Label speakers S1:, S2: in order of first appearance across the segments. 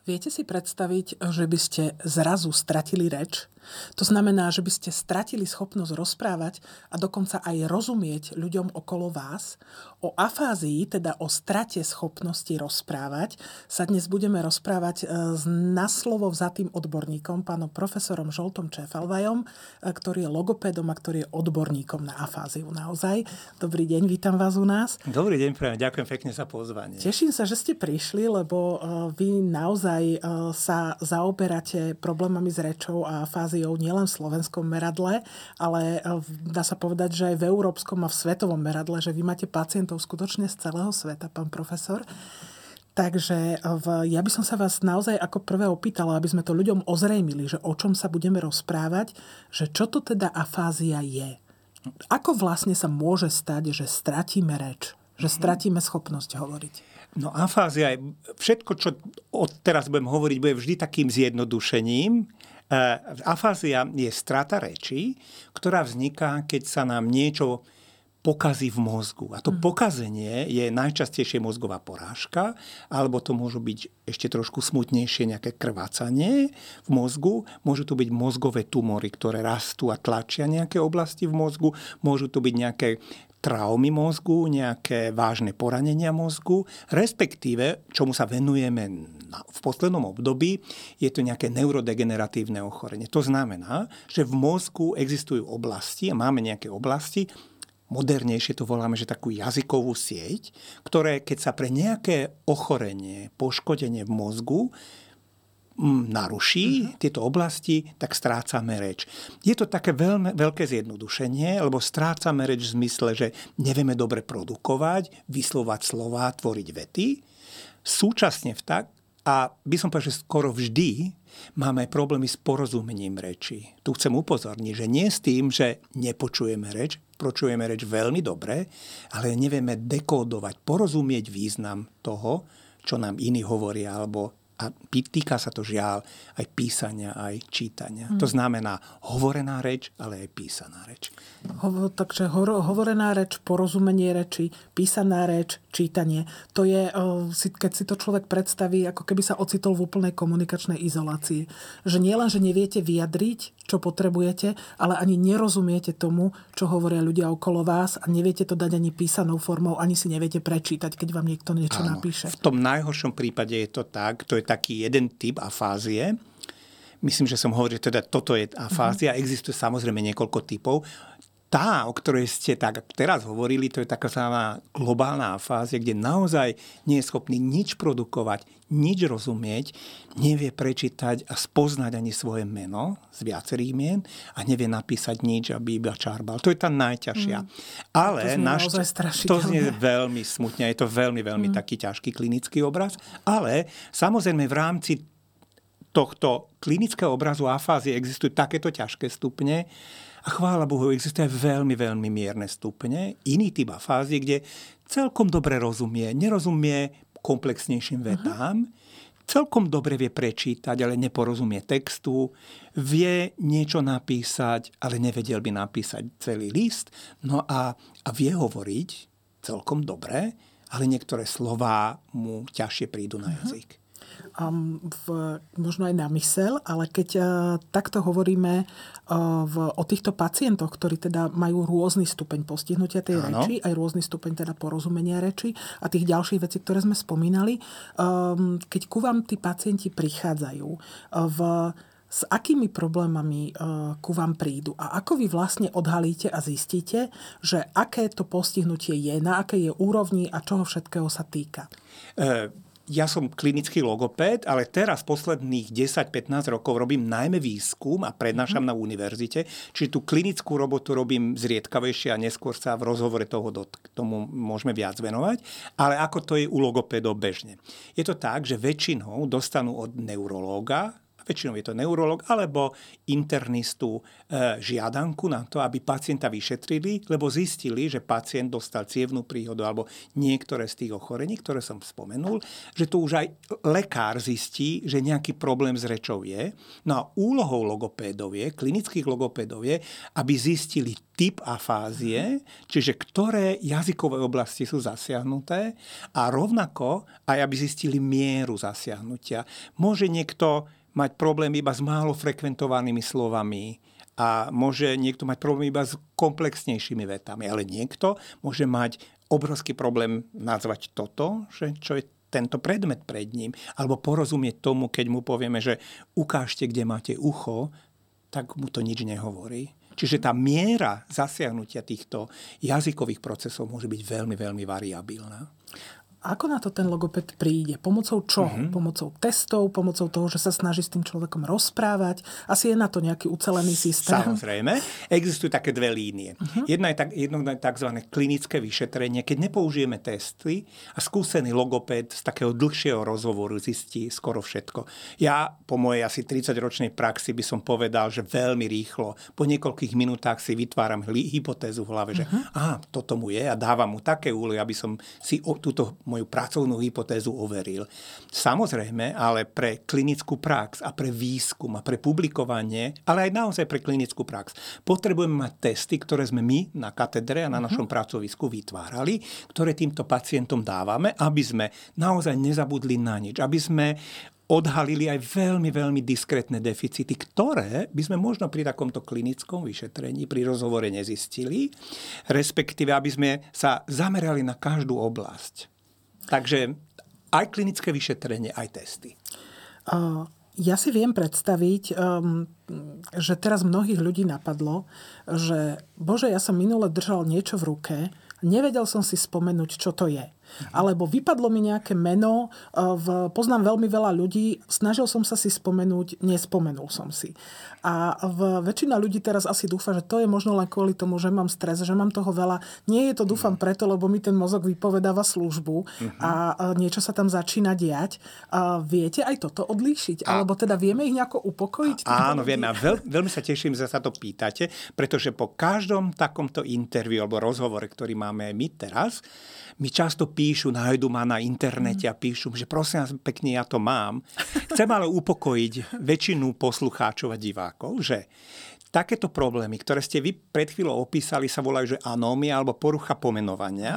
S1: Viete si predstaviť, že by ste zrazu stratili reč? To znamená, že by ste stratili schopnosť rozprávať a dokonca aj rozumieť ľuďom okolo vás. O afázii, teda o strate schopnosti rozprávať, sa dnes budeme rozprávať s naslovo vzatým odborníkom, pánom profesorom Zsoltom Cséfalvajom, ktorý je logopédom a ktorý je odborníkom na afáziu naozaj. Dobrý deň, vítam vás u nás.
S2: Dobrý deň, prajem, ďakujem pekne za pozvanie.
S1: Teším sa, že ste prišli, lebo vy naozaj sa zaoberáte problémami s rečou a afáziou nielen v slovenskom meradle, ale dá sa povedať, že aj v európskom a v svetovom meradle, že vy máte pacientov skutočne z celého sveta, pán profesor. Takže ja by som sa vás naozaj ako prvé opýtala, aby sme to ľuďom ozrejmili, že o čom sa budeme rozprávať, že čo to teda afázia je. Ako vlastne sa môže stať, že stratíme reč, že stratíme schopnosť hovoriť?
S2: No afázia je všetko, čo teraz budem hovoriť, bude vždy takým zjednodušením. Afázia je strata reči, ktorá vzniká, keď sa nám niečo pokazí v mozgu. A to pokazenie je najčastejšie mozgová porážka, alebo to môžu byť ešte trošku smutnejšie nejaké krvácanie v mozgu. Môžu to byť mozgové tumory, ktoré rastú a tlačia nejaké oblasti v mozgu. Môžu to byť nejaké traumy mozgu, nejaké vážne poranenia mozgu, respektíve, čomu sa venujeme v poslednom období, je to nejaké neurodegeneratívne ochorenie. To znamená, že v mozgu existujú oblasti a máme nejaké oblasti, modernejšie to voláme, že takú jazykovú sieť, ktoré, keď sa pre nejaké ochorenie, poškodenie v mozgu naruší tieto oblasti, tak strácame reč. Je to také veľké zjednodušenie, lebo strácame reč v zmysle, že nevieme dobre produkovať, vyslovať slová, tvoriť vety. Súčasne a by som povedal, že skoro vždy máme problémy s porozumením reči. Tu chcem upozorniť, že nie s tým, že nepočujeme reč, počujeme reč veľmi dobre, ale nevieme dekódovať, porozumieť význam toho, čo nám iní hovoria, a týka sa to žiaľ aj písania, aj čítania. To znamená hovorená reč, ale aj písaná reč.
S1: Takže hovorená reč, porozumenie reči, písaná reč, čítanie. To je, keď si to človek predstaví, ako keby sa ocitol v úplnej komunikačnej izolácii. Že nielen, že neviete vyjadriť, čo potrebujete, ale ani nerozumiete tomu, čo hovoria ľudia okolo vás a neviete to dať ani písanou formou, ani si neviete prečítať, keď vám niekto niečo napíše.
S2: V tom najhoršom prípade je to tak, to je taký jeden typ afázie. Myslím, že som hovoril, že teda toto je afázia. Existuje samozrejme niekoľko typov. Tá, o ktorej ste tak teraz hovorili, to je taká globálna afázia, kde naozaj nie je schopný nič produkovať, nič rozumieť, nevie prečítať a spoznať ani svoje meno z viacerých mien a nevie napísať nič, aby iba čarbal. To je tá najťažšia. Ale to znie veľmi smutne, je to veľmi, veľmi taký ťažký klinický obraz. Ale samozrejme v rámci tohto klinického obrazu afázie existujú takéto ťažké stupne. A chvála Bohu, existuje veľmi, veľmi mierne stupne. Iný typ afázie, kde celkom dobre nerozumie komplexnejším vetám, celkom dobre vie prečítať, ale neporozumie textu, vie niečo napísať, ale nevedel by napísať celý list, no a vie hovoriť celkom dobre, ale niektoré slová mu ťažšie prídu na jazyk.
S1: Možno aj na myseľ, ale keď takto hovoríme o týchto pacientoch, ktorí teda majú rôzny stupeň postihnutia tej reči, aj rôzny stupeň teda porozumenia reči a tých ďalších vecí, ktoré sme spomínali, keď ku vám tí pacienti prichádzajú, s akými problémami ku vám prídu a ako vy vlastne odhalíte a zistíte, že aké to postihnutie je, na akej je úrovni a čoho všetkého sa týka?
S2: Ja som klinický logopéd, ale teraz posledných 10-15 rokov robím najmä výskum a prednášam na univerzite, čiže tú klinickú robotu robím zriedkavejšie a neskôr sa v rozhovore tomu môžeme viac venovať, ale ako to je u logopédov bežne. Je to tak, že väčšinou dostanú od neurológa väčšinou je to neurolog, alebo internistu žiadanku na to, aby pacienta vyšetrili, lebo zistili, že pacient dostal cievnu príhodu alebo niektoré z tých ochorení, ktoré som spomenul, že tu už aj lekár zistí, že nejaký problém s rečou je. No a úlohou logopédov je, klinických logopédov je, aby zistili typ afázie, čiže ktoré jazykové oblasti sú zasiahnuté a rovnako aj aby zistili mieru zasiahnutia. Môže niekto mať problém iba s málo frekventovanými slovami a môže niekto mať problém iba s komplexnejšími vetami, ale niekto môže mať obrovský problém nazvať toto, že čo je tento predmet pred ním, alebo porozumieť tomu, keď mu povieme, že ukážte, kde máte ucho, tak mu to nič nehovorí. Čiže tá miera zasiahnutia týchto jazykových procesov môže byť veľmi, veľmi variabilná.
S1: Ako na to ten logoped príde? Pomocou čoho? Pomocou testov? Pomocou toho, že sa snaží s tým človekom rozprávať? Asi je na to nejaký ucelený systém?
S2: Samozrejme. Existujú také dve línie. Jedno je tzv. Klinické vyšetrenie, keď nepoužijeme testy a skúsený logoped z takého dlhšieho rozhovoru zistí skoro všetko. Ja po mojej asi 30-ročnej praxi by som povedal, že veľmi rýchlo, po niekoľkých minútach si vytváram hypotézu v hlave, že toto mu je a dávam mu také úlohy, aby som si túto moju pracovnú hypotézu overil. Samozrejme, ale pre klinickú prax a pre výskum a pre publikovanie, ale aj naozaj pre klinickú prax, potrebujeme mať testy, ktoré sme my na katedre a na našom pracovisku vytvárali, ktoré týmto pacientom dávame, aby sme naozaj nezabudli na nič, aby sme odhalili aj veľmi, veľmi diskrétne deficity, ktoré by sme možno pri takomto klinickom vyšetrení, pri rozhovore nezistili, respektíve aby sme sa zamerali na každú oblasť. Takže aj klinické vyšetrenie, aj testy.
S1: Ja si viem predstaviť, že teraz mnohých ľudí napadlo, že bože, ja som minule držal niečo v ruke, nevedel som si spomenúť, čo to je. Alebo vypadlo mi nejaké meno, poznám veľmi veľa ľudí, snažil som sa si spomenúť, nespomenul som si. A väčšina ľudí teraz asi dúfa, že to je možno len kvôli tomu, že mám stres, že mám toho veľa. Nie je to, dúfam, preto, lebo mi ten mozog vypovedáva službu a niečo sa tam začína diať. Viete aj toto odlíšiť? Alebo teda vieme ich nejako upokojiť?
S2: Áno, vieme. A veľmi sa teším, že sa to pýtate, pretože po každom takomto interviu alebo rozhovore, ktorý máme aj my teraz, mi často píšu, nájdu ma na internete a píšu, že prosím vás pekne, ja to mám. Chcem ale upokojiť väčšinu poslucháčov a divákov, že takéto problémy, ktoré ste vy pred chvíľou opísali, sa volajú, že anómia alebo porucha pomenovania.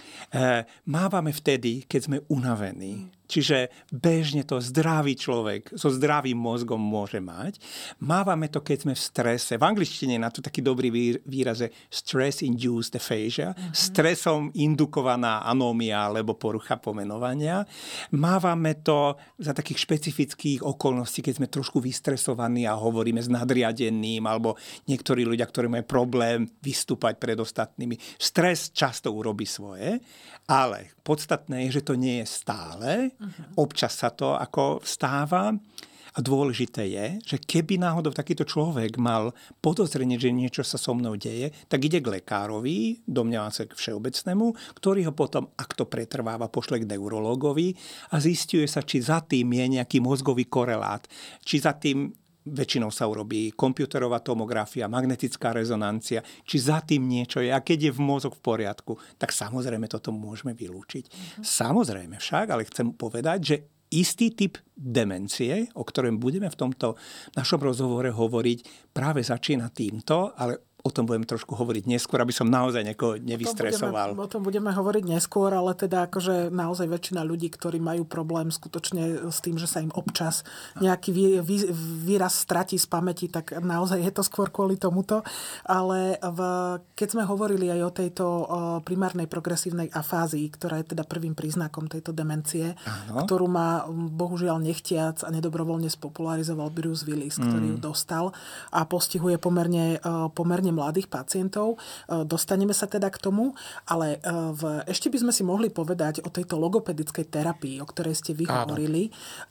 S2: Mávame vtedy, keď sme unavení. Čiže bežne to zdravý človek so zdravým mozgom môže mať. Mávame to, keď sme v strese. V angličtine je na to taký dobrý výraz, že stress-induced aphasia. Stresom indukovaná anómia alebo porucha pomenovania. Mávame to za takých špecifických okolností, keď sme trošku vystresovaní a hovoríme s nadriadeným alebo niektorí ľudia, ktorí majú problém vystúpať pred ostatnými. Stres často urobí svoje, ale podstatné je, že to nie je stále. Občas sa to ako stáva a dôležité je, že keby náhodou takýto človek mal podozrenie, že niečo sa so mnou deje, tak ide k lekárovi, domnievam sa k všeobecnému, ktorý ho potom, ak to pretrváva, pošle k neurologovi a zisťuje sa, či za tým je nejaký mozgový korelát, či za tým väčšinou sa urobí komputerová tomografia, magnetická rezonancia, či za tým niečo je. A keď je v mozog v poriadku, tak samozrejme toto môžeme vylúčiť. Samozrejme však, ale chcem povedať, že istý typ demencie, o ktorom budeme v tomto našom rozhovore hovoriť, práve začína týmto, ale o tom budem trošku hovoriť neskôr, aby som naozaj niekoho nevystresoval.
S1: O tom budeme hovoriť neskôr, ale teda akože naozaj väčšina ľudí, ktorí majú problém skutočne s tým, že sa im občas nejaký výraz stratí z pamäti, tak naozaj je to skôr kvôli tomuto. Ale keď sme hovorili aj o tejto primárnej progresívnej afázii, ktorá je teda prvým príznakom tejto demencie, ktorú má bohužiaľ nechtiac a nedobrovoľne spopularizoval Bruce Willis, ktorý ju dostal a postihuje pomerne mladých pacientov. Dostaneme sa teda k tomu, ale ešte by sme si mohli povedať o tejto logopedickej terapii, o ktorej ste vy hovorili.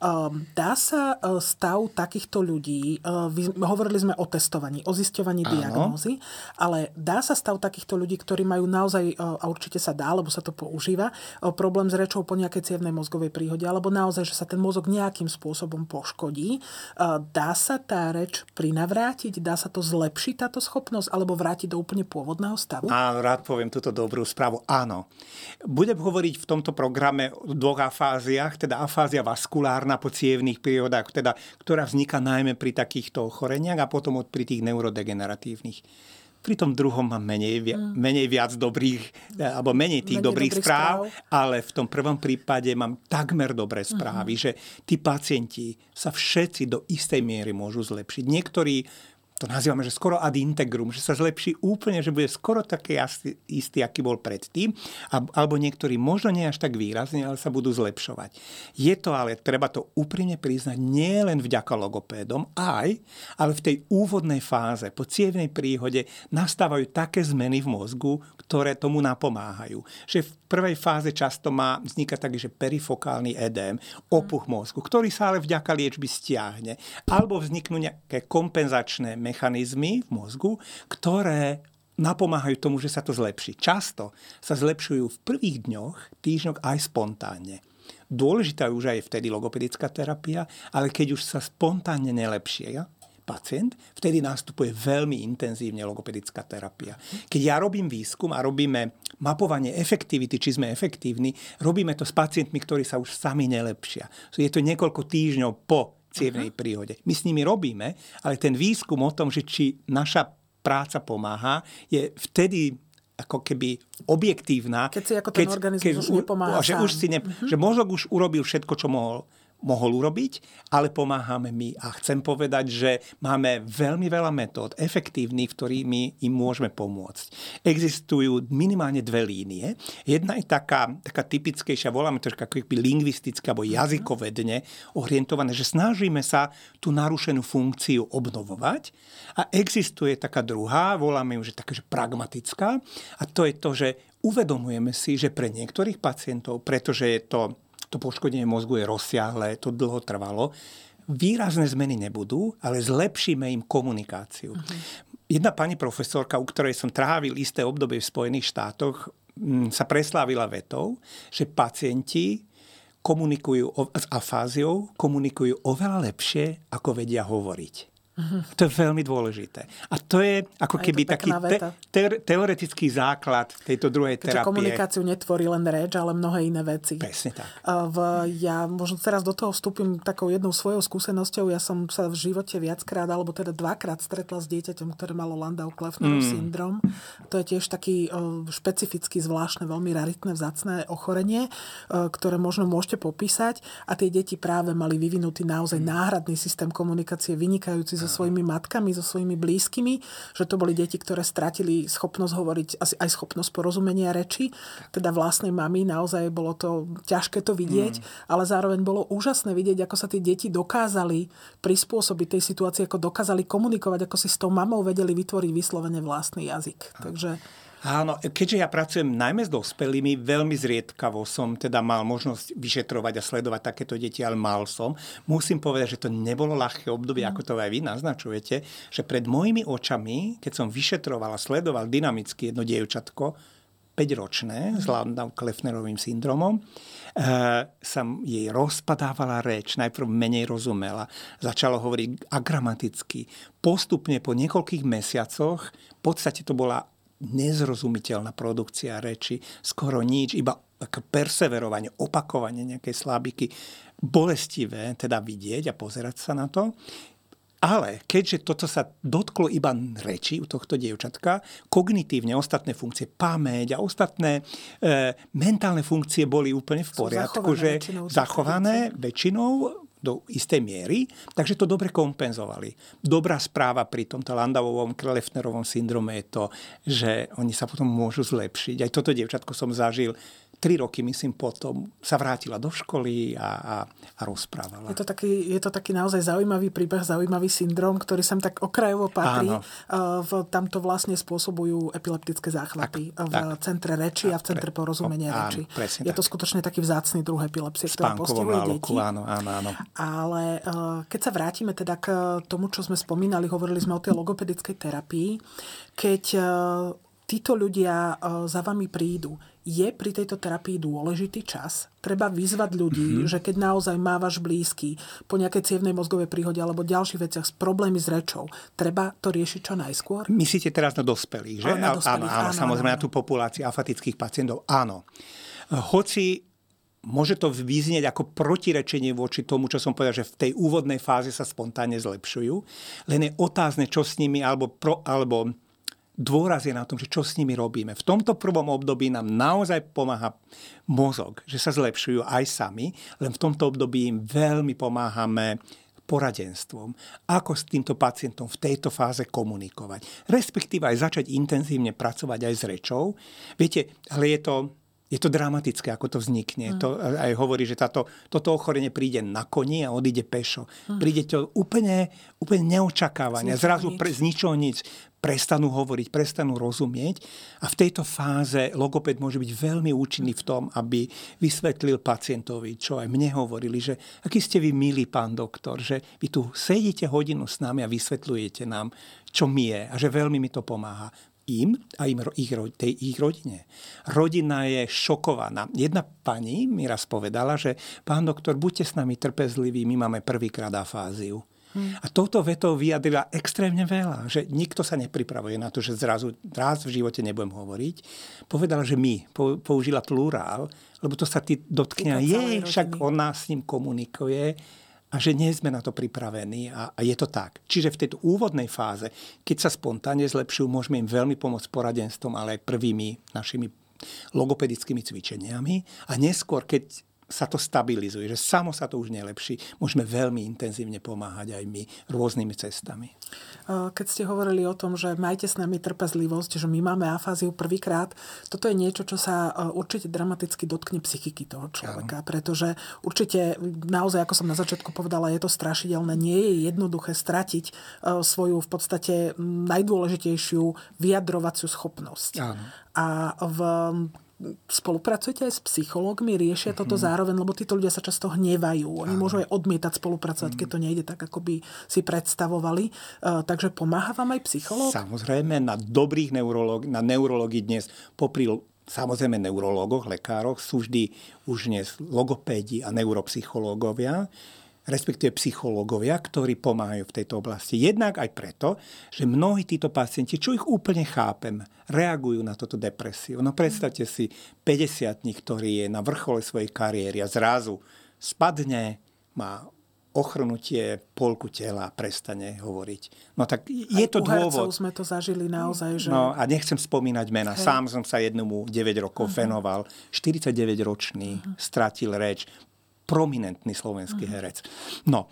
S1: Dá sa stav takýchto ľudí, hovorili sme o testovaní, o zisťovaní diagnózy, ale dá sa stav takýchto ľudí, ktorí majú naozaj, a určite sa dá, lebo sa to používa, problém s rečou po nejakej cievnej mozgovej príhode, alebo naozaj, že sa ten mozog nejakým spôsobom poškodí. Dá sa tá reč prinavrátiť? Dá sa to zlepšiť, táto schopnosť, alebo vrátiť do úplne pôvodného stavu?
S2: Áno, rád poviem túto dobrú správu. Áno. Budem hovoriť v tomto programe o dvoch afáziách, teda afázia vaskulárna po cievnych príhodách, teda, ktorá vzniká najmä pri takýchto ochoreniach a potom pri tých neurodegeneratívnych. Pri tom druhom mám menej viac dobrých, alebo menej tých dobrých správ, ale v tom prvom prípade mám takmer dobré správy, že tí pacienti sa všetci do istej miery môžu zlepšiť. Niektorí to nazývame, že skoro ad integrum, že sa zlepší úplne, že bude skoro taký istý, aký bol predtým, alebo niektorí možno nie až tak výrazne, ale sa budú zlepšovať. Je to ale, treba to úprimne priznať, nie len vďaka logopédom, ale v tej úvodnej fáze, po cievnej príhode, nastávajú také zmeny v mozgu, ktoré tomu napomáhajú. Že v prvej fáze často vzniká taký, že perifokálny edém, opuch mozgu, ktorý sa ale vďaka liečby stiahne. Alebo vzniknú nejaké kompenzačné mechanizmy v mozgu, ktoré napomáhajú tomu, že sa to zlepší. Často sa zlepšujú v prvých dňoch, týždňoch aj spontánne. Dôležitá už aj vtedy logopedická terapia, ale keď už sa spontánne nelepšie pacient, vtedy nastupuje veľmi intenzívne logopedická terapia. Keď ja robím výskum a robíme mapovanie efektivity, či sme efektívni, robíme to s pacientmi, ktorí sa už sami nelepšia. Je to niekoľko týždňov po cievnej príhode. My s nimi robíme, ale ten výskum o tom, že či naša práca pomáha, je vtedy ako keby objektívna.
S1: Keď si ako ten organizmus už nepomáha sám.
S2: Že mozog už urobil všetko, čo mohol urobiť, ale pomáhame my. A chcem povedať, že máme veľmi veľa metód efektívnych, ktorými im môžeme pomôcť. Existujú minimálne dve línie. Jedna je taká typickejšia, voláme to ako lingvistická alebo jazykovedne orientované, že snažíme sa tú narušenú funkciu obnovovať. A existuje taká druhá, voláme ju, že taká, že pragmatická. A to je to, že uvedomujeme si, že pre niektorých pacientov, pretože je to poškodenie mozgu je rozsiahle, to dlho trvalo, výrazné zmeny nebudú, ale zlepšíme im komunikáciu. Jedna pani profesorka, u ktorej som trávil isté obdobie v Spojených štátoch, sa preslávila vetou, že pacienti komunikujú s afáziou, komunikujú oveľa lepšie, ako vedia hovoriť. To je veľmi dôležité. A to je ako keby taký teoretický základ tejto druhej terapie.
S1: Keďže komunikáciu netvorí len reč, ale mnohé iné veci.
S2: Presne tak.
S1: Ja možno teraz do toho vstúpim takou jednou svojou skúsenosťou. Ja som sa v živote viackrát, alebo teda dvakrát stretla s dieťaťom, ktoré malo Landau-Kleffnerov syndrom. To je tiež taký špecificky zvláštne, veľmi raritné, vzácne ochorenie, ktoré možno môžete popísať. A tie deti práve mali vyvinutý naozaj náhradný systém komunikácie, vynikajúci so svojimi matkami, so svojimi blízkymi, že to boli deti, ktoré stratili schopnosť hovoriť, aj schopnosť porozumenia reči. Teda vlastnej mami, naozaj bolo to ťažké to vidieť, ale zároveň bolo úžasné vidieť, ako sa tie deti dokázali prispôsobiť tej situácii, ako dokázali komunikovať, ako si s tou mamou vedeli vytvoriť vyslovene vlastný jazyk. Takže
S2: áno, keďže ja pracujem najmä s dospelými, veľmi zriedkavo som teda mal možnosť vyšetrovať a sledovať takéto deti, ale mal som. Musím povedať, že to nebolo ľahké obdobie, ako to aj vy naznačujete, že pred mojimi očami, keď som vyšetroval a sledoval dynamicky jedno dievčatko, 5-ročné, s Landau-Kleffnerovým syndromom, sa jej rozpadávala reč, najprv menej rozumela, začalo hovoriť agramaticky. Postupne po niekoľkých mesiacoch, v podstate to bola nezrozumiteľná produkcia reči, skoro nič, iba perseverovanie, opakovanie nejakej slabiky, bolestivé teda vidieť a pozerať sa na to. Ale keďže toto sa dotklo iba reči u tohto dievčatka, kognitívne ostatné funkcie, pamäť a ostatné mentálne funkcie boli úplne v poriadku, že zachované väčšinou do istej miery, takže to dobre kompenzovali. Dobrá správa pri tomto Landauovom Kleffnerovom syndrome je to, že oni sa potom môžu zlepšiť. Aj toto dievčatko som zažil 3 roky, myslím, potom sa vrátila do školy a rozprávala.
S1: Je to taký naozaj zaujímavý príbeh, zaujímavý syndrom, ktorý sem tak okrajovo patrí. Tamto vlastne spôsobujú epileptické záchvaty v centre reči a v centre porozumenia reči. Je to skutočne taký vzácny druh epilepsie, ktorá postihuje deti.
S2: Áno.
S1: Ale keď sa vrátime teda k tomu, čo sme spomínali, hovorili sme o tej logopedickej terapii, keď títo ľudia za vami prídu, je pri tejto terapii dôležitý čas? Treba vyzvať ľudí, že keď naozaj má váš blízky po nejakej cievnej mozgovej príhode alebo ďalších veciach problémy s rečou, treba to riešiť čo najskôr?
S2: Myslíte teraz na dospelých, že?
S1: Na dospelých,
S2: áno, samozrejme na tú populáciu afatických pacientov. Áno. Hoci môže to vyznieť ako protirečenie voči tomu, čo som povedal, že v tej úvodnej fáze sa spontánne zlepšujú, len je otázne, čo s nimi, alebo dôraz je na tom, že čo s nimi robíme. V tomto prvom období nám naozaj pomáha mozog, že sa zlepšujú aj sami, len v tomto období im veľmi pomáhame poradenstvom, ako s týmto pacientom v tejto fáze komunikovať. Respektíve aj začať intenzívne pracovať aj s rečou. Viete, ale je to dramatické, ako to vznikne. To aj hovorí, že toto ochorenie príde na koni a odíde pešo. Príde to úplne neočakávanie. Zrazu z ničoho nič prestanú hovoriť, prestanú rozumieť. A v tejto fáze logopéd môže byť veľmi účinný v tom, aby vysvetlil pacientovi, čo aj mne hovorili, že aký ste vy milý, pán doktor, že vy tu sedíte hodinu s nami a vysvetľujete nám, čo mi je a že veľmi mi to pomáha. Im a ich rodine. Rodina je šokovaná. Jedna pani mi raz povedala, že pán doktor, buďte s nami trpezliví, my máme prvýkrát afáziu. A touto vetou vyjadrila extrémne veľa, že nikto sa nepripravuje na to, že zrazu raz v živote nebudem hovoriť. Povedala, že my, použila plurál, lebo to sa dotkne jej, však ona s ním komunikuje a že nie sme na to pripravení a je to tak. Čiže v tejto úvodnej fáze, keď sa spontánne zlepšujú, môžeme im veľmi pomôcť poradenstvom, ale aj prvými našimi logopedickými cvičeniami a neskôr, keď sa to stabilizuje, že samo sa to už nelepší, môžeme veľmi intenzívne pomáhať aj my rôznymi cestami.
S1: Keď ste hovorili o tom, že majte s nami trpezlivosť, že my máme afáziu prvýkrát, toto je niečo, čo sa určite dramaticky dotkne psychiky toho človeka, pretože určite naozaj, ako som na začiatku povedala, je to strašidelné, nie je jednoduché stratiť svoju v podstate najdôležitejšiu vyjadrovaciu schopnosť.
S2: Áno.
S1: A spolupracujete aj s psychológmi, riešia toto zároveň, lebo títo ľudia sa často hnevajú. Oni môžu aj odmietať spolupracovať, keď to nejde tak, ako by si predstavovali. Takže pomáha vám aj psychológ?
S2: Samozrejme, na dobrých neurológii dnes popri samozrejme neurológoch, lekároch sú vždy už dnes logopédi a neuropsychológovia, respektíve psychológovia, ktorí pomáhajú v tejto oblasti. Jednak aj preto, že mnohí títo pacienti, čo ich úplne chápem, reagujú na toto depresiu. No predstavte si 50-tník, ktorý je na vrchole svojej kariéry a zrazu spadne, má ochrnutie polku tela a prestane hovoriť. No tak je to dôvod.
S1: Sme to zažili naozaj, že...
S2: No a nechcem spomínať mena. Sám som sa jednomu 9 rokov venoval. 49-ročný, stratil reč. Prominentný slovenský herec. No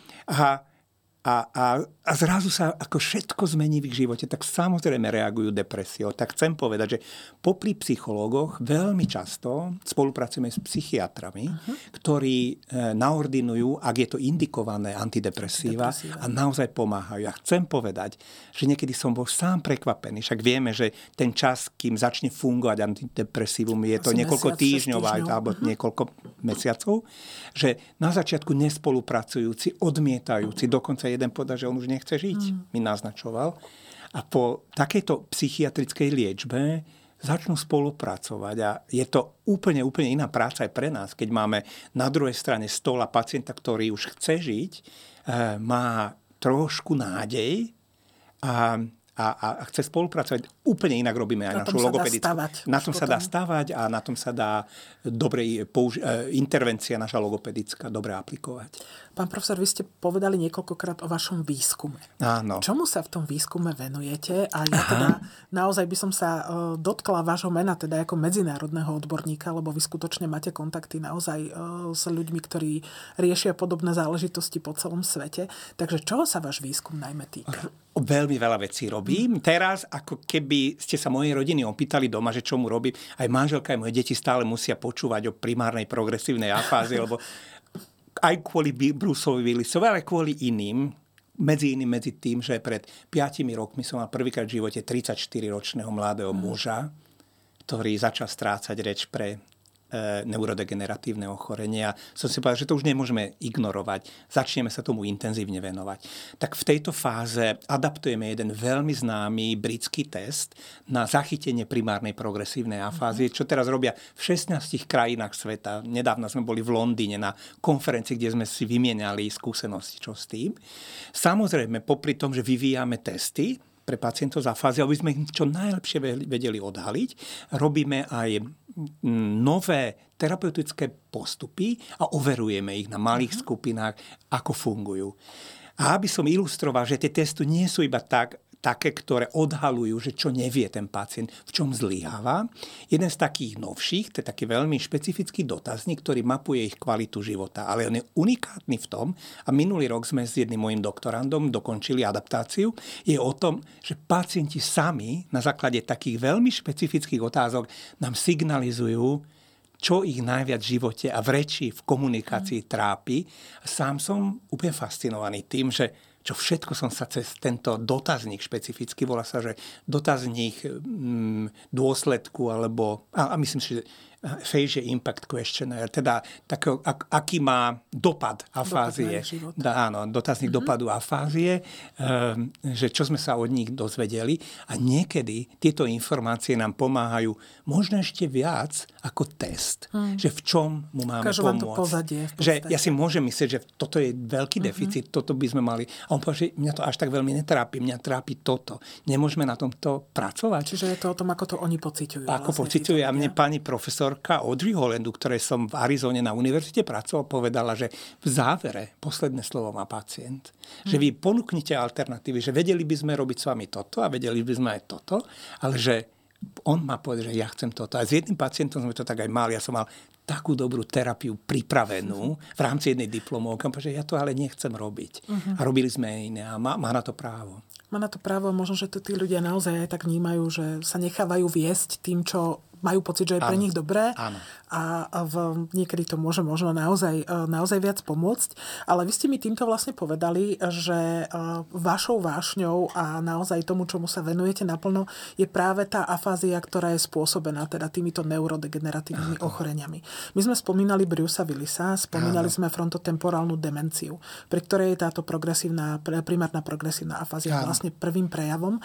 S2: a zrazu sa ako všetko zmení v ich živote, tak samozrejme reagujú depresiou. Tak chcem povedať, že popri psychológoch veľmi často spolupracujeme s psychiatrami, ktorí naordinujú, ak je to indikované, antidepresíva a naozaj pomáhajú. A chcem povedať, že niekedy som bol sám prekvapený. Však vieme, že ten čas, kým začne fungovať antidepresívum, je to niekoľko týždňov alebo niekoľko mesiacov, že na začiatku nespolupracujúci, odmietajúci, dokonca jeden povedal, že on už nechce žiť, mi naznačoval. A po takejto psychiatrickej liečbe začnú spolupracovať. A je to úplne iná práca aj pre nás, keď máme na druhej strane stola pacienta, ktorý už chce žiť, má trošku nádej a chce spolupracovať. Úplne inak robíme aj našu logopedickú. Na tom sa dá stavať a na tom sa dá intervencia naša logopedická dobre aplikovať.
S1: Pán profesor, vy ste povedali niekoľkokrát o vašom výskume.
S2: Áno.
S1: Čomu sa v tom výskume venujete? A ja teda naozaj by som sa dotkla vášho mena, teda ako medzinárodného odborníka, lebo vy skutočne máte kontakty naozaj s ľuďmi, ktorí riešia podobné záležitosti po celom svete. Takže čoho sa váš výskum najmä týka?
S2: Veľmi veľa vecí robí. robím. Teraz, ako keby ste sa mojej rodiny opýtali doma, že čo mu robím, aj manželka, aj moje deti stále musia počúvať o primárnej progresívnej afázii, lebo aj kvôli Bruceovi Willisovi, ale kvôli iným, medzi tým, že pred 5 rokmi som mal prvýkrát v živote 34-ročného mladého muža, ktorý začal strácať reč pre neurodegeneratívne ochorenia. Som si povedal, že to už nemôžeme ignorovať. Začneme sa tomu intenzívne venovať. Tak v tejto fáze adaptujeme jeden veľmi známy britský test na zachytenie primárnej progresívnej afázie, čo teraz robia v 16 krajinách sveta. Nedávno sme boli v Londýne na konferencii, kde sme si vymieniali skúsenosti, čo s tým. Samozrejme, popri tom, že vyvíjame testy pre pacientov z afázie, aby sme ich čo najlepšie vedeli odhaliť, robíme aj nové terapeutické postupy a overujeme ich na malých skupinách, ako fungujú. A aby som ilustroval, že tie testy nie sú iba také, ktoré odhalujú, že čo nevie ten pacient, v čom zlyháva. Jeden z takých novších, to je taký veľmi špecifický dotazník, ktorý mapuje ich kvalitu života. Ale on je unikátny v tom, a minulý rok sme s jedným mojim doktorandom dokončili adaptáciu, je o tom, že pacienti sami na základe takých veľmi špecifických otázok nám signalizujú, čo ich najviac v živote a v reči, v komunikácii trápi. A sám som úplne fascinovaný tým, že čo všetko som sa cez tento dotazník špecificky, volá sa, že dotazník dôsledku, alebo, a myslím si, že Phasia Impact Questionnaire, teda takého, aký má dopad afázie. Áno, dotazník dopadu afázie, že čo sme sa od nich dozvedeli. A niekedy tieto informácie nám pomáhajú možno ešte viac ako test. Že v čom mu máme pomôcť.
S1: Vám to pozadie.
S2: Že ja si môžem myslieť, že toto je veľký deficit, toto by sme mali. A on povie, že mňa to až tak veľmi netrápi, mňa trápi toto. Nemôžeme na tomto pracovať.
S1: Čiže je to o tom, ako to oni pociťujú.
S2: Ako vlastne pociťujú. A mne pani profesorka Audrey Hollandu, ktorej som v Arizone na univerzite pracoval, povedala, že v závere posledné slovo má pacient. Že vy ponúknite alternatívy, že vedeli by sme robiť s vami toto a vedeli by sme aj toto, ale že on má povedať, že ja chcem toto. A s jedným pacientom sme to tak aj mali. Ja som mal takú dobrú terapiu pripravenú v rámci jednej diplomovky, že ja to ale nechcem robiť. A robili sme iné a má na to právo.
S1: Má na to právo, možno, že to tí ľudia naozaj aj tak vnímajú, že sa nechávajú viesť tým, čo majú pocit, že je pre nich dobré.
S2: Áno.
S1: A niekedy to môže možno naozaj viac pomôcť. Ale vy ste mi týmto vlastne povedali, že vašou vášňou a naozaj tomu, čomu sa venujete naplno, je práve tá afázia, ktorá je spôsobená teda týmito neurodegeneratívnymi ochoreniami. My sme spomínali Brucea Willisa, spomínali sme frontotemporálnu demenciu, pri ktorej je táto primárna progresívna afázia vlastne prvým prejavom.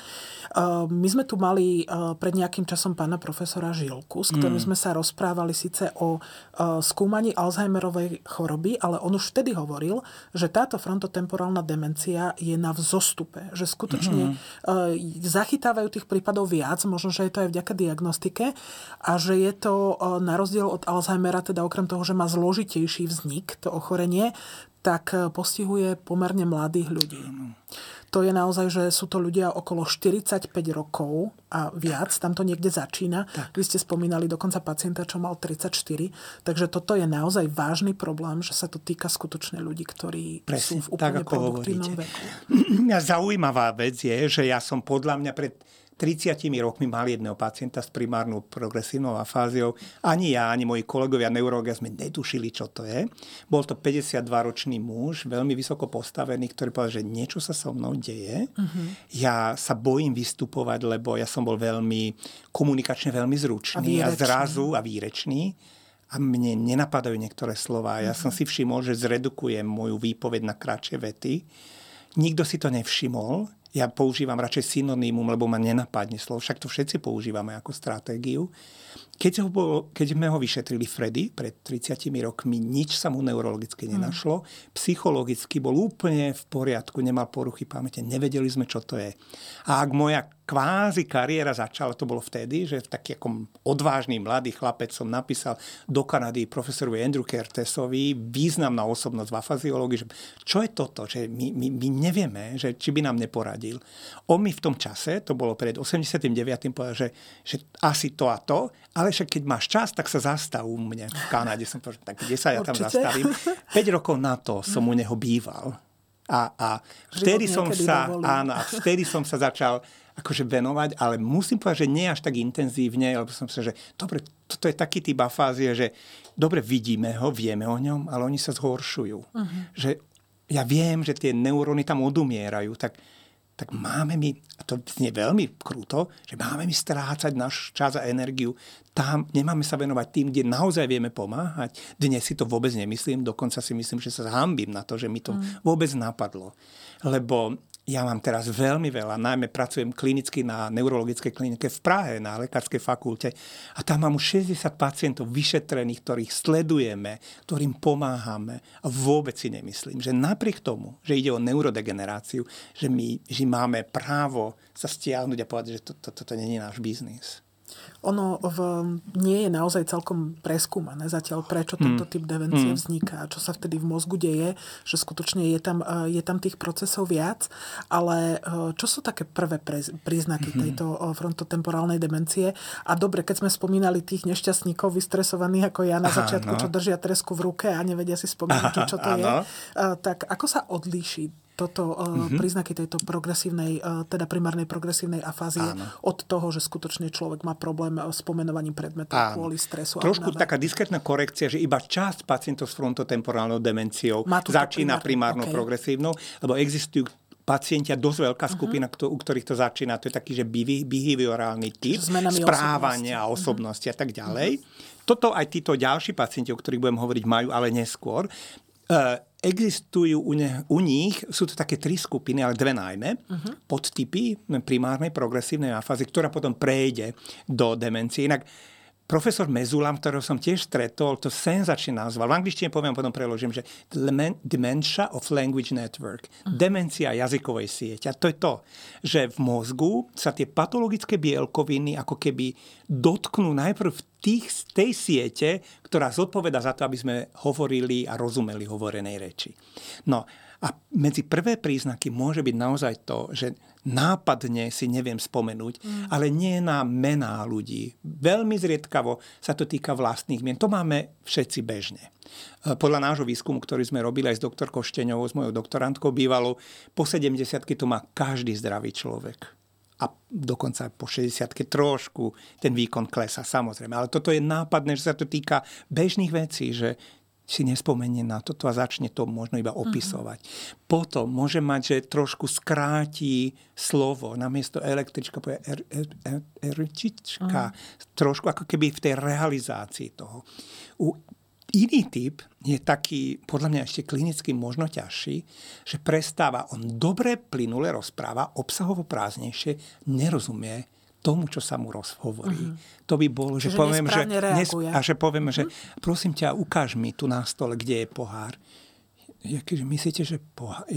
S1: My sme tu mali pred nejakým časom pána profesora Žilku, s ktorým sme sa rozprávali síce o skúmaní Alzheimerovej choroby, ale on už vtedy hovoril, že táto frontotemporálna demencia je na vzostupe, že skutočne zachytávajú tých prípadov viac, možno, že je to aj vďaka diagnostike a že je to na rozdiel od Alzheimera, teda okrem toho, že má zložitejší vznik, to ochorenie, tak postihuje pomerne mladých ľudí. To je naozaj, že sú to ľudia okolo 45 rokov a viac, tam to niekde začína. Tak. Vy ste spomínali dokonca pacienta, čo mal 34. Takže toto je naozaj vážny problém, že sa to týka skutočne ľudí, ktorí sú v úplne produktívnom veku.
S2: Zaujímavá vec je, že ja som podľa mňa pred 30 rokmi mal jedného pacienta s primárnou progresívnou afáziou. Ani ja, ani moji kolegovia neurológovia sme netušili, čo to je. Bol to 52-ročný muž, veľmi vysoko postavený, ktorý povedal, že niečo sa so mnou deje. Ja sa bojím vystupovať, lebo ja som bol veľmi komunikačne veľmi zručný a zrazu a výrečný. A mne nenapadajú niektoré slová. Ja som si všimol, že zredukujem moju výpoveď na kratšie vety. Nikto si to nevšimol. Ja používam radšej synonymum, lebo ma nenapadne slovo. Však to všetci používame ako stratégiu. Keď sme ho vyšetrili Freddy pred 30 rokmi, nič sa mu neurologicky nenašlo. Psychologicky bol úplne v poriadku, nemal poruchy pamäte. Nevedeli sme, čo to je. A ak moja kvázi kariéra začala, to bolo vtedy, že taký ako odvážny mladý chlapec som napísal do Kanady profesorovi Andrew Kertesovi, významná osobnosť v afaziológii, že čo je toto, že my nevieme, že či by nám neporadil. On mi v tom čase, to bolo pred 89. povedal, že asi to a to, ale však keď máš čas, tak sa zastav u mne v Kanade. Som povedal, tak kde sa ja tam zastavím? 5 rokov na to som u neho býval. A vtedy som sa začal akože venovať, ale musím povedať, že nie až tak intenzívne, lebo som sa, že dobre, toto je taký typ afázie, že dobre vidíme ho, vieme o ňom, ale oni sa zhoršujú. Že ja viem, že tie neuróny tam odumierajú, tak máme my, a to znie veľmi krúto, že máme my strácať náš čas a energiu. Tam nemáme sa venovať tým, kde naozaj vieme pomáhať. Dnes si to vôbec nemyslím, dokonca si myslím, že sa hanbím na to, že mi to vôbec napadlo. Lebo ja mám teraz veľmi veľa, najmä pracujem klinicky na neurologickej klinike v Prahe, na lekárskej fakulte a tam mám už 60 pacientov vyšetrených, ktorých sledujeme, ktorým pomáhame a vôbec si nemyslím, že napriek tomu, že ide o neurodegeneráciu, že my máme právo sa stiahnuť a povedať, že toto nie je náš biznis.
S1: Ono nie je naozaj celkom preskúmané zatiaľ, prečo tento typ demencie vzniká, čo sa vtedy v mozgu deje, že skutočne je tam tých procesov viac, ale čo sú také prvé príznaky tejto frontotemporálnej demencie? A dobre, keď sme spomínali tých nešťastníkov vystresovaných ako ja na začiatku, čo držia tresku v ruke a nevedia si spomenúť, čo to je, tak ako sa odlíši toto príznaky tejto progresívnej, teda primárnej progresívnej afázie od toho, že skutočne človek má problém s pomenovaním predmetov kvôli stresu.
S2: Trošku taká diskrétna korekcia, že iba časť pacientov s frontotemporálnou demenciou začína primárnou progresívnou, lebo existujú pacienti a dosť veľká skupina, u ktorých to začína. To je taký, že behaviorálny typ, správania a osobnosti a tak ďalej. Toto aj títo ďalší pacienti, o ktorých budem hovoriť, majú, ale neskôr. Existujú u nich, sú to také 3 skupiny, ale 2 najmä, podtypy primárnej progresívnej afázy, ktorá potom prejde do demencie. Inak profesor Mezulam, ktorého som tiež stretol, to senzačne nazval. V angličtine poviem, potom preložím, že Dementia of Language Network. Demencia jazykovej siete. A to je to, že v mozgu sa tie patologické bielkoviny ako keby dotknú najprv tej siete, ktorá zodpovedá za to, aby sme hovorili a rozumeli hovorenej reči. No a medzi prvé príznaky môže byť naozaj to, že nápadne si neviem spomenúť, ale nie na mená ľudí. Veľmi zriedkavo sa to týka vlastných mien. To máme všetci bežne. Podľa nášho výskumu, ktorý sme robili aj s doktorkou Šteňovou, s mojou doktorantkou bývalou, po 70-ky to má každý zdravý človek. A dokonca po 60-ke trošku ten výkon klesá, samozrejme. Ale toto je nápadné, že sa to týka bežných vecí, že si nespomenie na toto a začne to možno iba opisovať. Potom môže mať, že trošku skráti slovo, namiesto električka povie erčička, trošku ako keby v tej realizácii toho. Iný typ je taký, podľa mňa ešte klinicky možno ťažší, že prestáva, on dobre plynule rozpráva, obsahovo prázdnejšie, nerozumie tomu, čo sa mu rozhovorí. To by bolo, že poviem, že poviem, že prosím ťa, ukáž mi tu na stole, kde je pohár. Myslíte, že pohár?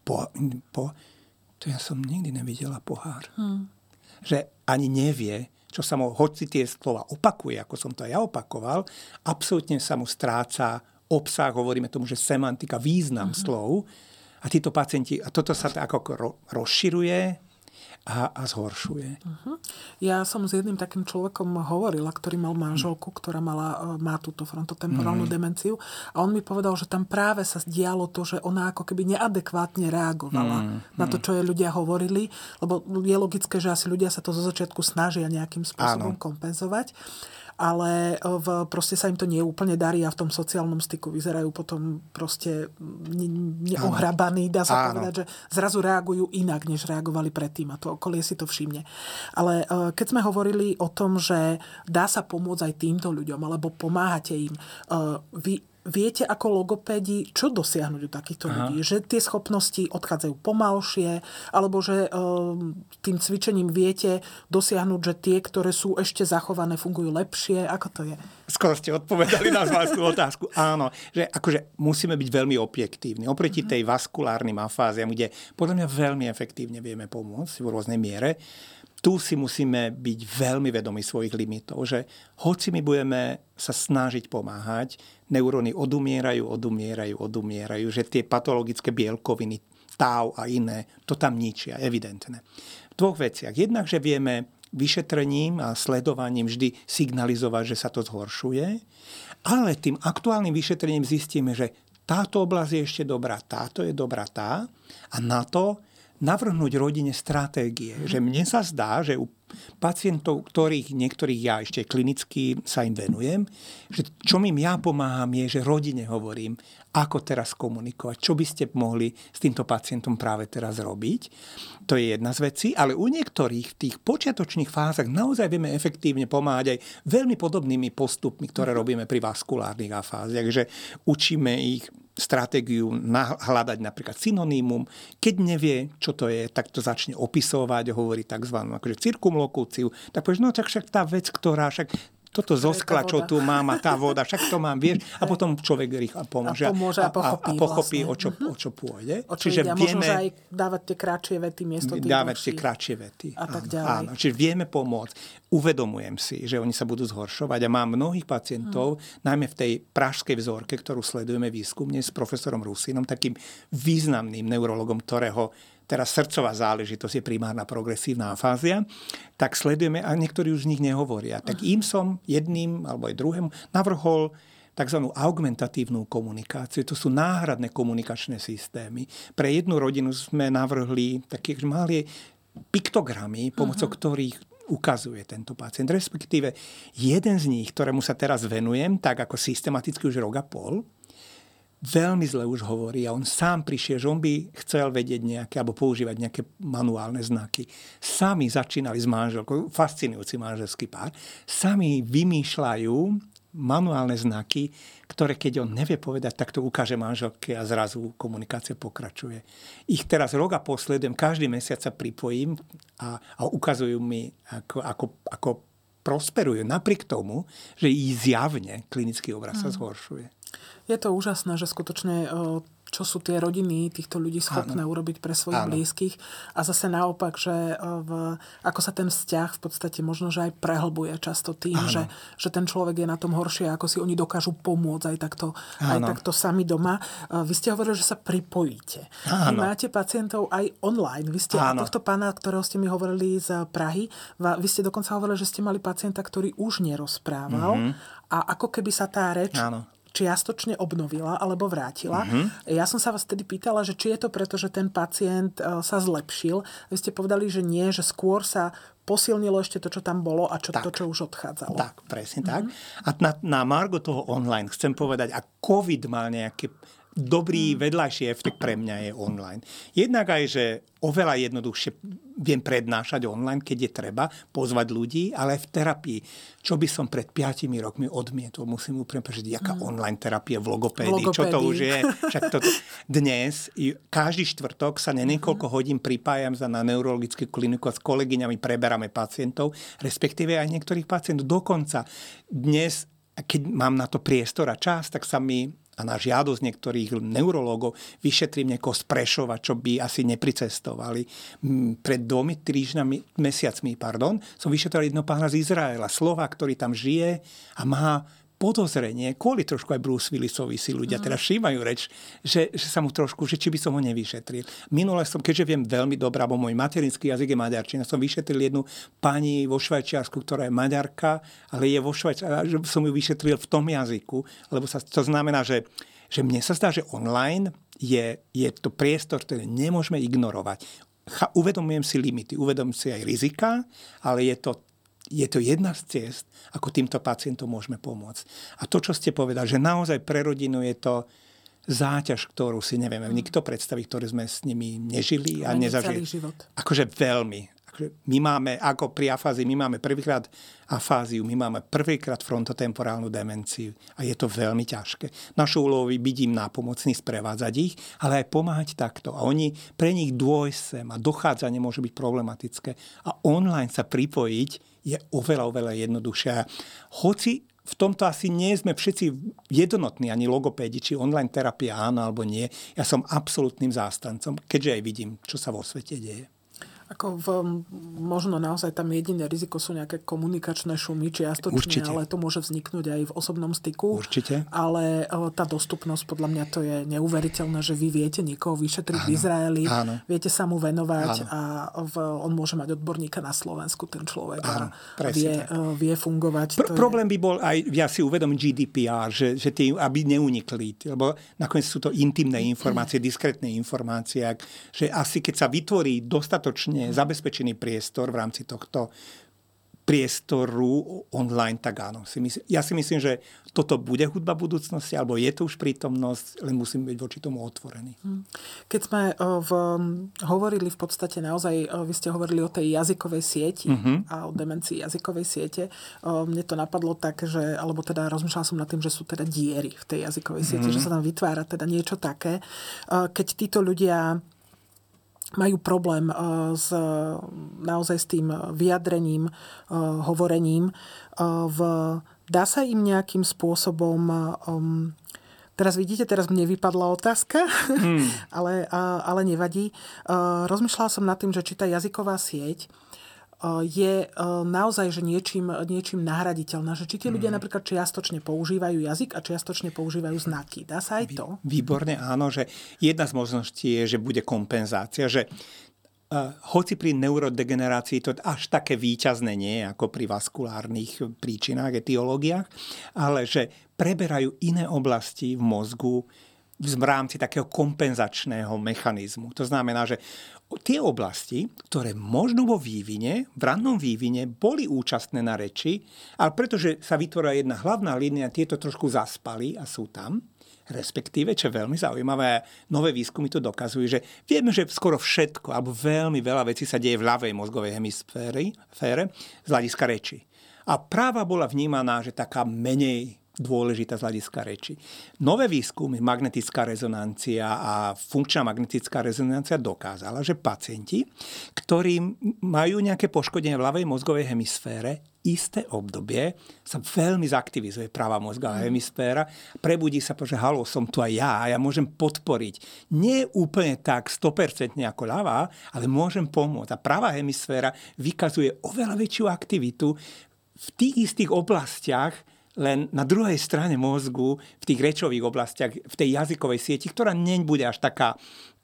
S2: To ja som nikdy nevidela pohár. Že ani nevie, čo sa mu, hoci tie slova opakuje, ako som to ja opakoval, absolútne sa mu stráca obsah, hovoríme tomu, že semantika, význam slov. A títo pacienti, a toto sa tak ako rozširuje a zhoršuje.
S1: Ja som s jedným takým človekom hovorila, ktorý mal manželku, ktorá má túto frontotemporálnu demenciu a on mi povedal, že tam práve sa dialo to, že ona ako keby neadekvátne reagovala na to, čo jej ľudia hovorili, lebo je logické, že asi ľudia sa to zo začiatku snažia nejakým spôsobom kompenzovať, ale proste sa im to neúplne darí a v tom sociálnom styku vyzerajú potom proste neohrabaní, dá sa povedať, že zrazu reagujú inak, než reagovali predtým a to okolie si to všimne. Ale keď sme hovorili o tom, že dá sa pomôcť aj týmto ľuďom, alebo pomáhate im, vy viete ako logopédi, čo dosiahnuť u takýchto ľudí? Že tie schopnosti odchádzajú pomalšie, alebo že tým cvičením viete dosiahnuť, že tie, ktoré sú ešte zachované, fungujú lepšie? Ako to je?
S2: Skoro ste odpovedali na vlastnú otázku. Áno, že akože musíme byť veľmi objektívni. Oproti tej vaskulárnym afáziám, kde podľa mňa veľmi efektívne vieme pomôcť v rôznej miere, tu si musíme byť veľmi vedomi svojich limitov, že hoci my budeme sa snažiť pomáhať, neuróny odumierajú, že tie patologické bielkoviny, tau a iné, to tam ničia, evidentné. V 2 veciach. Jednak, že vieme vyšetrením a sledovaním vždy signalizovať, že sa to zhoršuje, ale tým aktuálnym vyšetrením zistíme, že táto oblasť je ešte dobrá, táto je dobrá tá a na to navrhnúť rodine stratégie. Že mne sa zdá, že u pacientov, niektorých ja ešte klinicky sa im venujem, že čo im ja pomáham je, že rodine hovorím, ako teraz komunikovať, čo by ste mohli s týmto pacientom práve teraz robiť. To je jedna z vecí, ale u niektorých v tých počiatočných fázach naozaj vieme efektívne pomáhať aj veľmi podobnými postupmi, ktoré robíme pri vaskulárnych afáziách, že učíme ich stratégiu hľadať napríklad synonymum. Keď nevie, čo to je, tak to začne opisovať, hovorí tzv. Akože cirkumlokúciu. Tak povieš, no tak však tá vec, ktorá však toto zo skla, čo tu mám a tá voda, však to mám, vieš. A potom človek rýchlo pomôže.
S1: A
S2: pochopí
S1: vlastne.
S2: o čo pôjde.
S1: Čiže vieme, možno, že aj dávať tie kratšie vety miesto tých
S2: dávať
S1: dlhších.
S2: tie kratšie vety.
S1: A tak ďalej.
S2: Áno, čiže vieme pomôcť. Uvedomujem si, že oni sa budú zhoršovať a mám mnohých pacientov, najmä v tej pražskej vzorke, ktorú sledujeme výskumne s profesorom Rusinom, takým významným neurologom, ktorého teraz srdcová záležitosť je primárna progresívna afázia, tak sledujeme, a niektorí už z nich nehovoria. Tak im som jedným alebo aj druhému navrhol tzv. Augmentatívnu komunikáciu. To sú náhradné komunikačné systémy. Pre jednu rodinu sme navrhli také malé piktogramy, pomocou ktorých ukazuje tento pacient. Respektíve jeden z nich, ktorému sa teraz venujem, tak ako systematicky už rok a pol, veľmi zle už hovorí a on sám prišiel, že on by chcel vedieť nejaké alebo používať nejaké manuálne znaky. Sami začínali s manželkou, fascinujúci manželský pár, sami vymýšľajú manuálne znaky, ktoré keď on nevie povedať, tak to ukáže manželke a zrazu komunikácia pokračuje. Ich teraz rok a posledujem, každý mesiac sa pripojím a ukazujú mi, ako prosperujú napriek tomu, že ich zjavne klinický obraz sa zhoršuje.
S1: Je to úžasné, že skutočne čo sú tie rodiny týchto ľudí schopné urobiť pre svojich blízkych. A zase naopak, že ako sa ten vzťah v podstate možno, že aj prehlbuje často tým, že ten človek je na tom horšie, ako si oni dokážu pomôcť aj takto sami doma. Vy ste hovorili, že sa pripojíte. Vy máte pacientov aj online. Vy ste tohto pána, ktorého ste mi hovorili z Prahy, vy ste dokonca hovorili, že ste mali pacienta, ktorý už nerozprával a ako keby sa tá reč čiastočne obnovila alebo vrátila. Ja som sa vás tedy pýtala, že či je to preto, že ten pacient sa zlepšil. Vy ste povedali, že nie, že skôr sa posilnilo ešte to, čo tam bolo a to, čo už odchádzalo.
S2: Tak, presne tak. A na margo toho online chcem povedať, a COVID mal nejaký dobrý vedľajší efekt pre mňa je online. Jednak aj, že oveľa jednoduchšie viem prednášať online, keď je treba, pozvať ľudí, ale aj v terapii. Čo by som pred 5 rokmi odmietol, musím úplne povedať, jaká online terapia v logopédii. Čo to už je? Však dnes, každý štvrtok sa niekoľko hodín pripájam na neurologickú kliniku a s kolegyňami preberáme pacientov, respektíve aj niektorých pacientov. Dokonca dnes, keď mám na to priestor a čas, tak sa mi a na žiadosť niektorých neurológov vyšetrím niekoho z Prešova, čo by asi nepricestovali. Pred 2 mesiacmi som vyšetroval jedného pána z Izraela, Slovák, ktorý tam žije a má podozrenie, kvôli trošku aj Bruce Willisovi si ľudia teraz všímajú reč, že sa mu trošku, že či by som ho nevyšetril. Minule som, keďže viem veľmi dobre, bo môj materinský jazyk je maďarčina, som vyšetril jednu pani vo Švajčiarsku, ktorá je maďarka, ale je vo Švajčiarsku, som ju vyšetril v tom jazyku, lebo to znamená, že mne sa zdá, že online je to priestor, ktorý nemôžeme ignorovať. Uvedomujem si limity, uvedomujem si aj rizika, ale je to jedna z ciest, ako týmto pacientom môžeme pomôcť. A to, čo ste povedali, že naozaj pre rodinu je to záťaž, ktorú si nevieme nikto predstaviť, ktoré sme s nimi nežili a nezažili.
S1: Celý život.
S2: Akože veľmi. My máme, ako pri afázii, my máme prvýkrát afáziu, my máme prvýkrát frontotemporálnu demenciu a je to veľmi ťažké. Našou úlohou byť im nápomocný, sprevádzať ich, ale aj pomáhať takto. A pre nich dôjsť sem a dochádzanie môže byť problematické. A online sa pripojiť je oveľa jednoduchšie. Hoci v tomto asi nie sme všetci jednotní, ani logopédi, či online terapia áno alebo nie. Ja som absolútnym zástancom, keďže aj vidím, čo sa vo svete deje.
S1: Možno naozaj tam jediné riziko sú nejaké komunikačné šumy čiastočne,
S2: Určite.
S1: ale to môže vzniknúť aj v osobnom styku.
S2: Určite.
S1: Ale tá dostupnosť, podľa mňa to je neuveriteľné, že vy viete niekoho vyšetriť v Izraeli, viete sa mu venovať a on môže mať odborníka na Slovensku, ten človek vie fungovať.
S2: Problém by bol aj, ja si uvedom GDPR, že tie, aby neunikli, lebo nakoniec sú to intimné informácie, diskrétne informácie, že asi keď sa vytvorí dostatočne zabezpečený priestor v rámci tohto priestoru online, tak áno. Ja si myslím, že toto bude hudba budúcnosti, alebo je to už prítomnosť, len musím byť voči tomu otvorený.
S1: Keď sme hovorili v podstate naozaj, vy ste hovorili o tej jazykovej sieti a o demencii jazykovej siete, mne to napadlo tak, že, alebo teda rozmýšľala som nad tým, že sú teda diery v tej jazykovej sieti, že sa tam vytvára teda niečo také. Keď títo ľudia majú problém naozaj s tým vyjadrením, hovorením. Dá sa im nejakým spôsobom... Teraz vidíte, teraz mne vypadla otázka, ale nevadí. Rozmýšľala som nad tým, že či tá jazyková sieť je naozaj že niečím nahraditeľná. Že či tí ľudia napríklad čiastočne používajú jazyk a čiastočne používajú znaky. Dá sa aj to?
S2: Výborne, áno. Že jedna z možností je, že bude kompenzácia. Že hoci pri neurodegenerácii to až také víťazné nie je ako pri vaskulárnych príčinách, etiológiách, ale že preberajú iné oblasti v mozgu v rámci takého kompenzačného mechanizmu. To znamená, že tie oblasti, ktoré možno vo vývine, v rannom vývine, boli účastné na reči, ale pretože sa vytvorila jedna hlavná línia, tieto trošku zaspali a sú tam, respektíve, čo je veľmi zaujímavé, nové výskumy to dokazujú, že vieme, že skoro všetko, alebo veľmi veľa vecí sa deje v ľavej mozgovej hemisfére z hľadiska reči. A práva bola vnímaná, že taká menej dôležitá z hľadiska reči. Nové výskumy, magnetická rezonancia a funkčná magnetická rezonancia dokázala, že pacienti, ktorí majú nejaké poškodenie v ľavej mozgovej hemisfére, isté obdobie sa veľmi zaktivizuje práva mozgová hemisféra, prebudí sa, že halo, som tu aj ja a ja môžem podporiť. Nie úplne tak 100% ako ľavá, ale môžem pomôcť. A práva hemisféra vykazuje oveľa väčšiu aktivitu v tých istých oblastiach, len na druhej strane mozgu, v tých rečových oblastiach, v tej jazykovej sieti, ktorá nebude až taká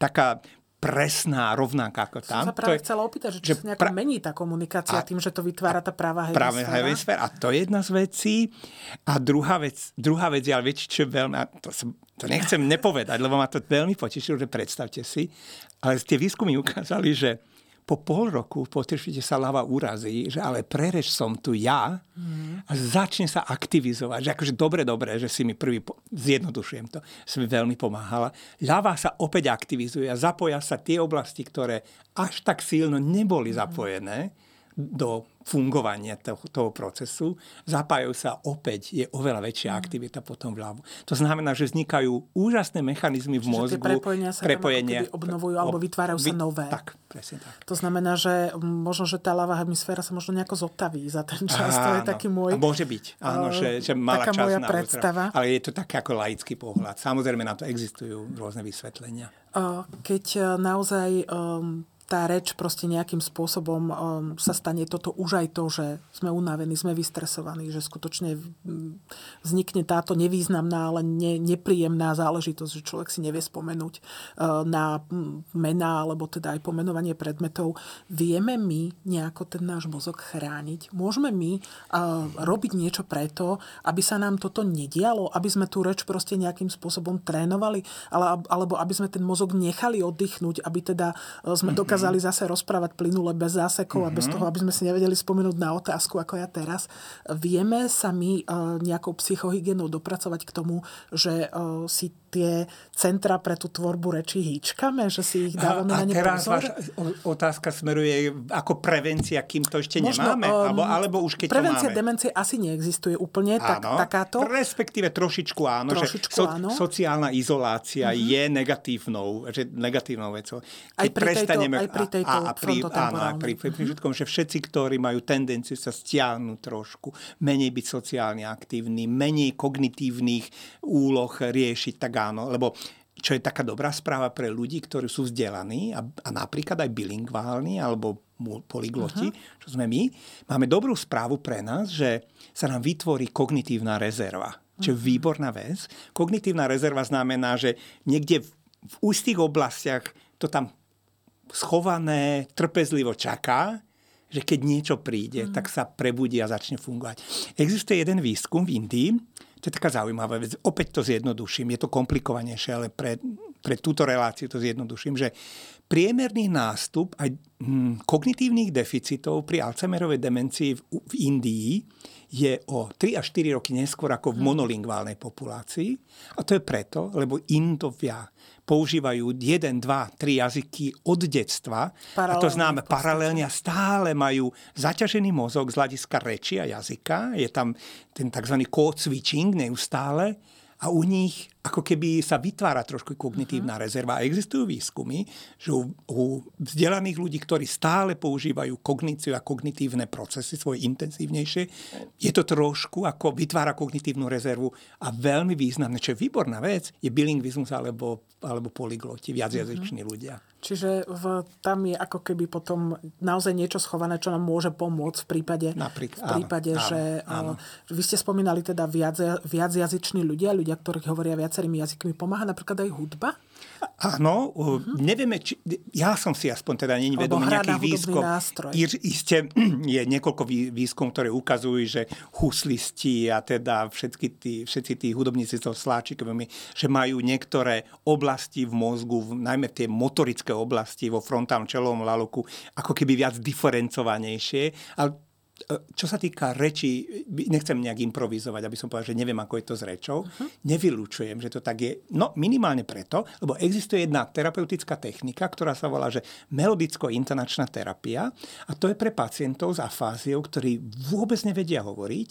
S2: presná, rovnaká ako tam.
S1: Som sa práve chcela opýtať, že či sa nejako mení tá komunikácia tým, že to vytvára tá práva hemisféra.
S2: A to je jedna z vecí. A druhá vec je, ale viete, čo veľmi... To nechcem nepovedať, lebo ma to veľmi potešilo, že predstavte si. Ale tie výskumy ukázali, že po pol roku potešíte sa ľava urazí, že ale prereč som tu ja a začne sa aktivizovať. Že akože dobre, že si mi zjednodušujem to, si mi veľmi pomáhala. Ľava sa opäť aktivizuje a zapoja sa tie oblasti, ktoré až tak silno neboli zapojené do fungovania toho procesu, zapájajú sa opäť, je oveľa väčšia aktivita potom vľavo. To znamená, že vznikajú úžasné mechanizmy v mozgu.
S1: Čiže tie prepojenia sa tam ako keby obnovujú alebo vytvárajú sa nové.
S2: Tak, presne tak.
S1: To znamená, že možno, že tá ľavá hemisféra sa možno nejako zotaví za ten čas. To je taký môj...
S2: Môže byť. Áno, že mala čas
S1: moja
S2: na
S1: predstava.
S2: Ale je to také ako laický pohľad. Samozrejme na to existujú rôzne vysvetlenia.
S1: Keď naozaj tá reč proste nejakým spôsobom sa stane toto už aj to, že sme unavení, sme vystresovaní, že skutočne vznikne táto nevýznamná, ale nepríjemná záležitosť, že človek si nevie spomenúť na mená, alebo teda aj pomenovanie predmetov. Vieme my nejako ten náš mozog chrániť? Môžeme my robiť niečo preto, aby sa nám toto nedialo? Aby sme tú reč proste nejakým spôsobom trénovali? Alebo aby sme ten mozog nechali oddychnúť, aby teda sme dokázali zase rozprávať plynule bez zásekov a bez toho, aby sme si nevedeli spomenúť na otázku, ako ja teraz. Vieme sa my nejakou psychohygienou dopracovať k tomu, že si tie centra pre tú tvorbu rečí hýčkame, že si ich dávame na ne pozor? A teraz
S2: vaša otázka smeruje ako prevencia, kým to ešte nemáme? Alebo už keď
S1: prevencia
S2: to máme?
S1: Demencie asi neexistuje úplne takáto?
S2: Respektíve trošičku áno.
S1: Áno.
S2: Sociálna izolácia je negatívnou vecou.
S1: Aj pri tejto
S2: pri všetkom, že všetci, ktorí majú tendenciu sa stiahnuť trošku, menej byť sociálne aktívni, menej kognitívnych úloh riešiť, tak áno, lebo čo je taká dobrá správa pre ľudí, ktorí sú vzdelaní a napríklad aj bilingválni alebo polygloti, čo sme my, máme dobrú správu pre nás, že sa nám vytvorí kognitívna rezerva, čo je výborná vec. Kognitívna rezerva znamená, že niekde v ústých oblastiach to tam schované trpezlivo čaká, že keď niečo príde, tak sa prebudí a začne fungovať. Existuje jeden výskum v Indii, to je taká zaujímavá vec, opäť to zjednoduším, je to komplikovanejšie, ale pre túto reláciu to zjednoduším, že priemerný nástup aj kognitívnych deficitov pri Alzheimerovej demencii v Indii je o 3 až 4 roky neskôr ako v monolingválnej populácii. A to je preto, lebo Indovia používajú 1, 2, 3 jazyky od detstva. A to znamená paralelne a stále majú zaťažený mozog z hľadiska reči a jazyka. Je tam ten tzv. Code switching neustále. A u nich ako keby sa vytvára trošku kognitívna rezerva. A existujú výskumy, že u vzdelaných ľudí, ktorí stále používajú kogníciu a kognitívne procesy svoje intenzívnejšie, je to trošku ako vytvára kognitívnu rezervu a veľmi významné. Čo je výborná vec, je bilingvizmus alebo polygloti, viacjazyční ľudia.
S1: Čiže tam je ako keby potom naozaj niečo schované, čo nám môže pomôcť v prípade, že vy ste spomínali teda viacjazyční ľudia, ktorí hovoria viacerými jazykmi. Pomáha napríklad aj hudba?
S2: Áno, nevieme, ja som si aspoň teda není vedomý nejakých výskum. Isté je niekoľko výskum, ktoré ukazujú, že huslisti a teda všetci tí hudobníci s tou sláčikovými, že majú niektoré oblasti v mozgu, najmä tie motorické oblasti vo frontálnom čelovom laloku, ako keby viac diferencovanejšie. Ale čo sa týka reči, nechcem nejak improvizovať, aby som povedal, že neviem, ako je to s rečou. Nevylučujem, že to tak je. No minimálne preto, lebo existuje jedna terapeutická technika, ktorá sa volá, že melodicko-intonačná terapia. A to je pre pacientov s afáziou, ktorí vôbec nevedia hovoriť.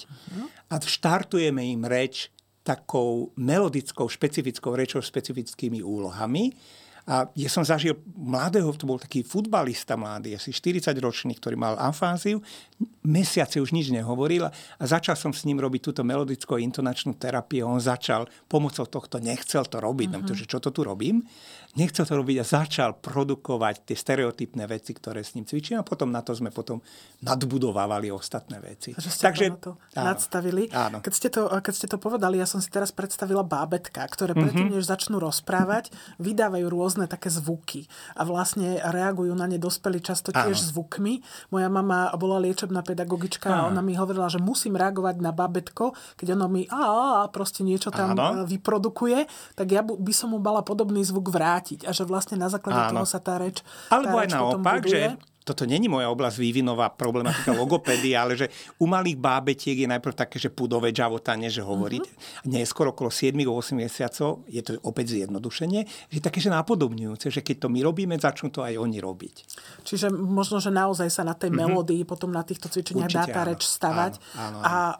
S2: A štartujeme im reč takou melodickou, špecifickou rečou, špecifickými úlohami. A ja som zažil mladého, to bol taký futbalista mladý, asi 40-ročný, ktorý mal afáziu, mesiace už nič nehovoril a začal som s ním robiť túto melodicko-intonačnú terapiu. On začal pomocou tohto, nechcel to robiť, pretože čo to tu robím? Nechcel to robiť a začal produkovať tie stereotypné veci, ktoré s ním cvičím a potom na to sme potom nadbudovávali ostatné veci.
S1: Takže to nadstavili.
S2: Áno.
S1: Keď ste to povedali, ja som si teraz predstavila bábätká, ktoré predtým, než začnú rozprávať, vydávajú rôzne také zvuky a vlastne reagujú na ne dospelí často tiež zvukmi. Moja mama bola liečebná pedagogička a ona mi hovorila, že musím reagovať na bábätko, keď ono mi proste niečo tam vyprodukuje, tak ja by som mu mala podobný zvuk vrátiť a že vlastne na základe toho sa tá reč
S2: alebo aj naopak, že toto není moja oblasť vývinová problematika logopédie, ale že u malých bábetiek je najprv také, že pudové žavotanie, že hovoriť. Neskôr okolo 7-8 mesiacov, je to opäť zjednodušenie, že také, že napodobňujúce, že keď to my robíme, začnú to aj oni robiť.
S1: Čiže možno, že naozaj sa na tej melódii potom na týchto cvičeniach dá tá reč stavať.
S2: Áno.
S1: A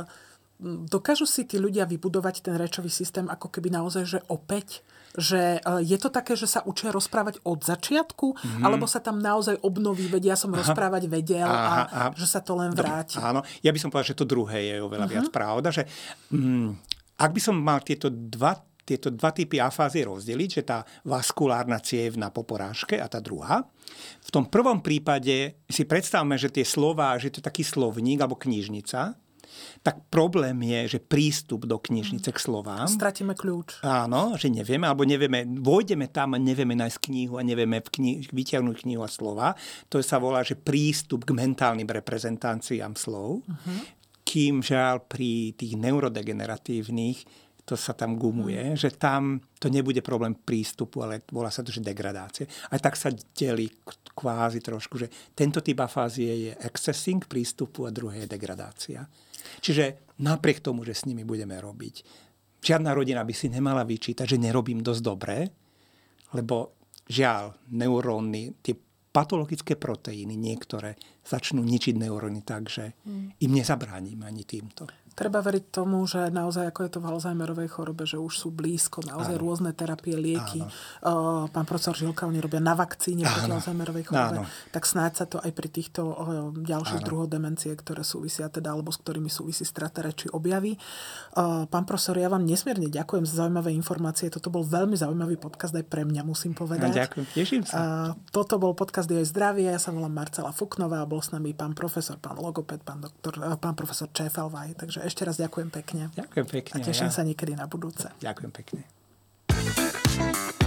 S1: dokážu si tí ľudia vybudovať ten rečový systém ako keby naozaj, že opäť? Že je to také, že sa učia rozprávať od začiatku, alebo sa tam naozaj obnoví, vedia som rozprávať vedel a že sa to len vráti?
S2: Áno, ja by som povedal, že to druhé je oveľa viac pravda, že ak by som mal tieto dva typy afázie rozdeliť, že tá vaskulárna cievna po porážke a tá druhá. V tom prvom prípade si predstavme, že tie slová, že to je taký slovník alebo knižnica, tak problém je, že prístup do knižnice k slovám.
S1: Stratíme kľúč.
S2: Áno, že nevieme, vojdeme tam a nevieme nájsť knihu a nevieme vyťahnuť knihu a slova. To sa volá, že prístup k mentálnym reprezentáciám slov. Kým žiaľ pri tých neurodegeneratívnych to sa tam gumuje, že tam to nebude problém prístupu, ale volá sa to, že degradácie. A tak sa delí kvázi trošku, že tento typ afázie je accessing prístupu a druhé je degradácia. Čiže napriek tomu, že s nimi budeme robiť, žiadna rodina by si nemala vyčítať, že nerobím dosť dobre, lebo žiaľ, neuróny, tie patologické proteíny niektoré začnú ničiť neuróny tak, že im nezabránim ani týmto.
S1: Treba veriť tomu, že naozaj, ako je to v Alzheimerovej chorobe, že už sú blízko naozaj rôzne terapie, lieky. Pán profesor Žilka, oni robia na vakcíne proti Alzheimerovej chorobe. Tak snáď sa to aj pri týchto ďalších druhoch demencie, ktoré súvisia teda, alebo s ktorými súvisí strata reči, objaví. Pán profesor, ja vám nesmierne ďakujem za zaujímavé informácie. Toto bol veľmi zaujímavý podcast aj pre mňa, musím povedať.
S2: Ďakujem, teším sa.
S1: Toto bol podcast Aj zdravie. Ja sa volám Marcela Fuknová a bol s nami pán profesor, pán logoped, pán profesor Čéfelvaj. Takže ešte raz ďakujem pekne.
S2: Ďakujem pekne.
S1: A teším sa niekedy na budúce.
S2: Ďakujem pekne.